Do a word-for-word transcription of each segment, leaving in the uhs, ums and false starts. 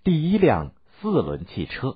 第一辆四轮汽车。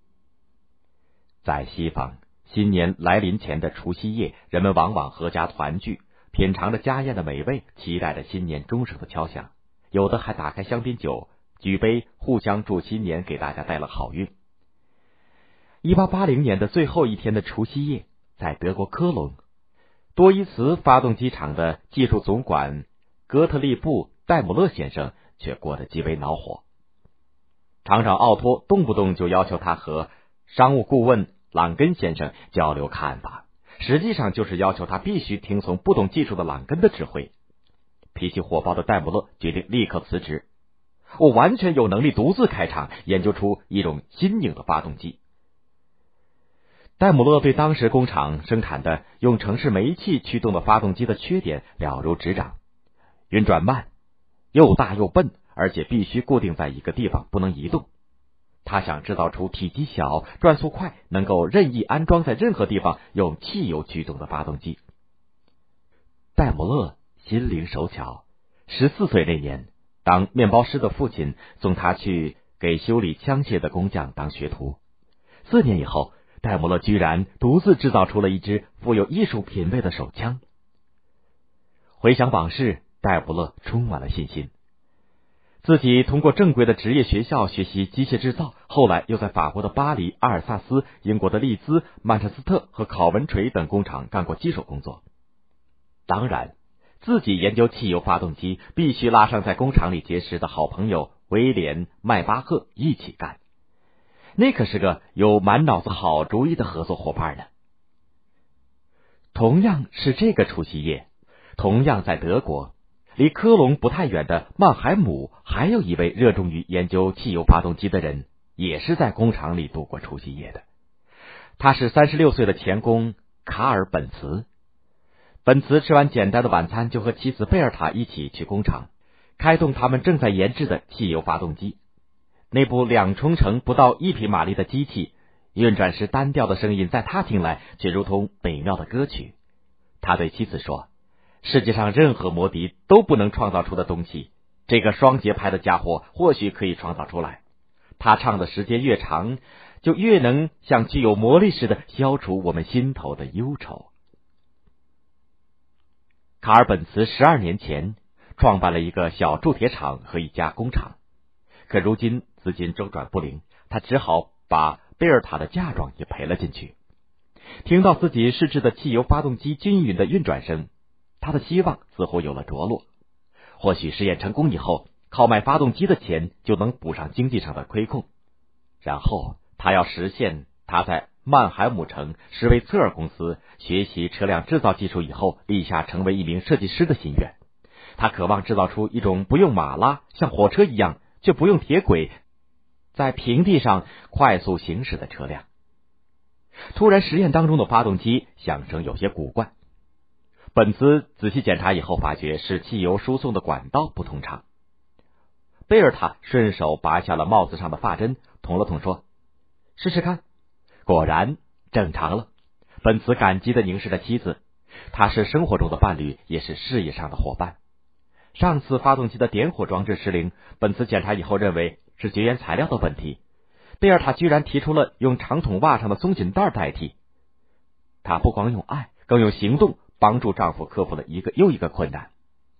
在西方，新年来临前的除夕夜，人们往往合家团聚，品尝着家宴的美味，期待着新年钟声的敲响，有的还打开香槟酒，举杯互相祝新年给大家带了好运。一八八零年的最后一天的除夕夜，在德国科隆，多伊茨发动机厂的技术总管格特利布·戴姆勒先生却过得极为恼火。厂长奥托动不动就要求他和商务顾问朗根先生交流看法，实际上就是要求他必须听从不懂技术的朗根的指挥。脾气火爆的戴姆勒决定立刻辞职。我完全有能力独自开厂，研究出一种新颖的发动机。戴姆勒对当时工厂生产的用城市煤气驱动的发动机的缺点了如指掌：运转慢，又大又笨，而且必须固定在一个地方，不能移动。他想制造出体积小、转速快，能够任意安装在任何地方、用汽油驱动的发动机。戴姆勒心灵手巧，十四岁那年，当面包师的父亲送他去给修理枪械的工匠当学徒。四年以后，戴姆勒居然独自制造出了一支富有艺术品味的手枪。回想往事，戴姆勒充满了信心。自己通过正规的职业学校学习机械制造，后来又在法国的巴黎、阿尔萨斯、英国的利兹、曼彻斯特和考文垂等工厂干过机手工作。当然，自己研究汽油发动机必须拉上在工厂里结识的好朋友威廉·迈巴赫一起干，那可是个有满脑子好主意的合作伙伴呢。同样是这个除夕夜，同样在德国，离科隆不太远的曼海姆，还有一位热衷于研究汽油发动机的人，也是在工厂里度过除夕夜的。他是三十六岁的钳工卡尔本茨。本茨吃完简单的晚餐，就和妻子贝尔塔一起去工厂，开动他们正在研制的汽油发动机。那部两冲程不到一匹马力的机器，运转时单调的声音，在他听来却如同美妙的歌曲。他对妻子说，世界上任何摩的都不能创造出的东西，这个双节拍的家伙或许可以创造出来。他唱的时间越长，就越能像具有魔力似的消除我们心头的忧愁。卡尔本茨十二年前创办了一个小铸铁厂和一家工厂，可如今资金周转不灵，他只好把贝尔塔的嫁妆也赔了进去。听到自己试制的汽油发动机均匀的运转声，他的希望似乎有了着落。或许试验成功以后，靠卖发动机的钱就能补上经济上的亏空。然后他要实现他在曼海姆城施维策尔公司学习车辆制造技术以后立下成为一名设计师的心愿。他渴望制造出一种不用马拉，像火车一样却不用铁轨，在平地上快速行驶的车辆。突然，实验当中的发动机响声有些古怪。本茨仔细检查以后，发觉是汽油输送的管道不通畅。贝尔塔顺手拔下了帽子上的发针，捅了捅说，试试看。果然正常了。本茨感激地凝视着妻子，他是生活中的伴侣，也是事业上的伙伴。上次发动机的点火装置失灵，本茨检查以后认为是绝缘材料的问题，贝尔塔居然提出了用长筒袜上的松紧带代替。他不光用爱，更用行动帮助丈夫克服了一个又一个困难。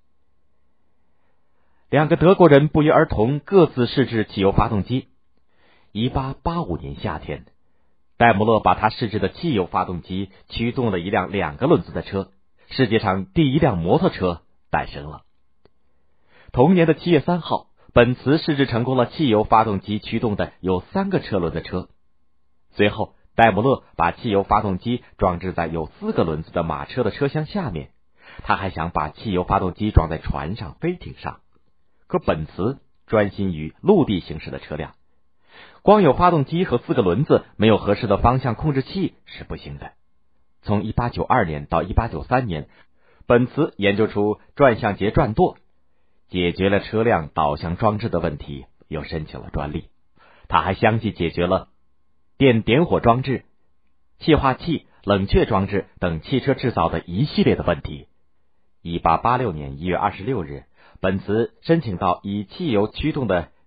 两个德国人不约而同各自试制汽油发动机。一八八五年夏天，戴姆勒把他试制的汽油发动机驱动了一辆两个轮子的车，世界上第一辆摩托车诞生了。同年的七月三号，本茨试制成功了汽油发动机驱动的有三个车轮的车。随后，戴姆勒把汽油发动机装置在有四个轮子的马车的车厢下面，他还想把汽油发动机装在船上、飞艇上。可本茨专心于陆地行驶的车辆，光有发动机和四个轮子，没有合适的方向控制器是不行的。从一八九二年到一八九三年，本茨研究出转向节转舵，解决了车辆导向装置的问题，又申请了专利。他还相继解决了电点火装置、气化器、冷却装置等汽车制造的一系列的问题。一八八六年一月二十六日，本茨申请到以汽油驱动的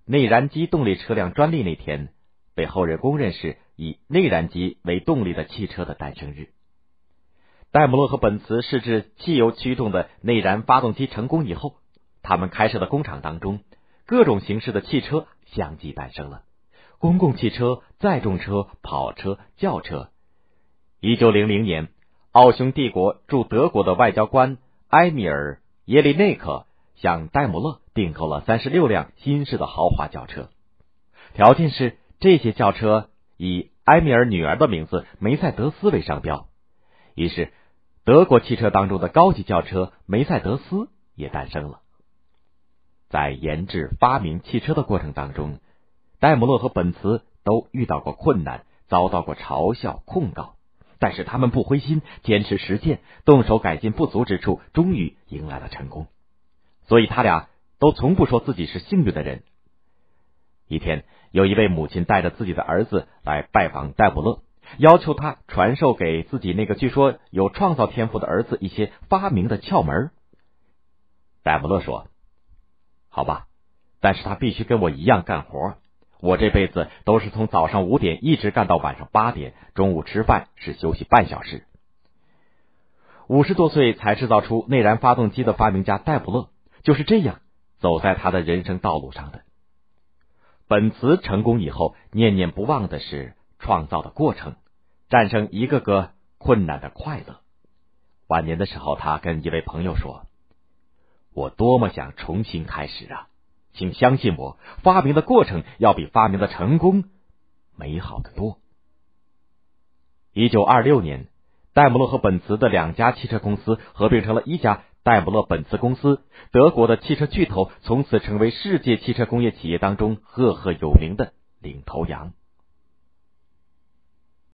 内燃机动力车辆专利那天，被后人公认是以内燃机为动力的汽车的诞生日。戴姆勒和本茨试制汽油驱动的内燃发动机成功以后，他们开设的工厂当中，各种形式的汽车相继诞生了，公共汽车、载重车、跑车、轿车。一九零零年，奥匈帝国驻德国的外交官埃米尔·耶利内克向戴姆勒订购了三十六辆新式的豪华轿车，条件是这些轿车以埃米尔女儿的名字梅赛德斯为商标。于是德国汽车当中的高级轿车梅赛德斯也诞生了。在研制发明汽车的过程当中，戴姆勒和本茨都遇到过困难，遭到过嘲笑控告，但是他们不灰心，坚持实践，动手改进不足之处，终于迎来了成功。所以他俩都从不说自己是幸运的人。一天，有一位母亲带着自己的儿子来拜访戴姆勒，要求他传授给自己那个据说有创造天赋的儿子一些发明的窍门。戴姆勒说，好吧，但是他必须跟我一样干活，我这辈子都是从早上五点一直干到晚上八点，中午吃饭是休息半小时。五十多岁才制造出内燃发动机的发明家戴姆勒就是这样走在他的人生道路上的。本茨成功以后，念念不忘的是创造的过程，战胜一个个困难的快乐。晚年的时候，他跟一位朋友说，我多么想重新开始啊，请相信我，发明的过程要比发明的成功美好得多。一九二六年，戴姆勒和本茨的两家汽车公司合并成了一家戴姆勒本茨公司，德国的汽车巨头从此成为世界汽车工业企业当中赫赫有名的领头羊。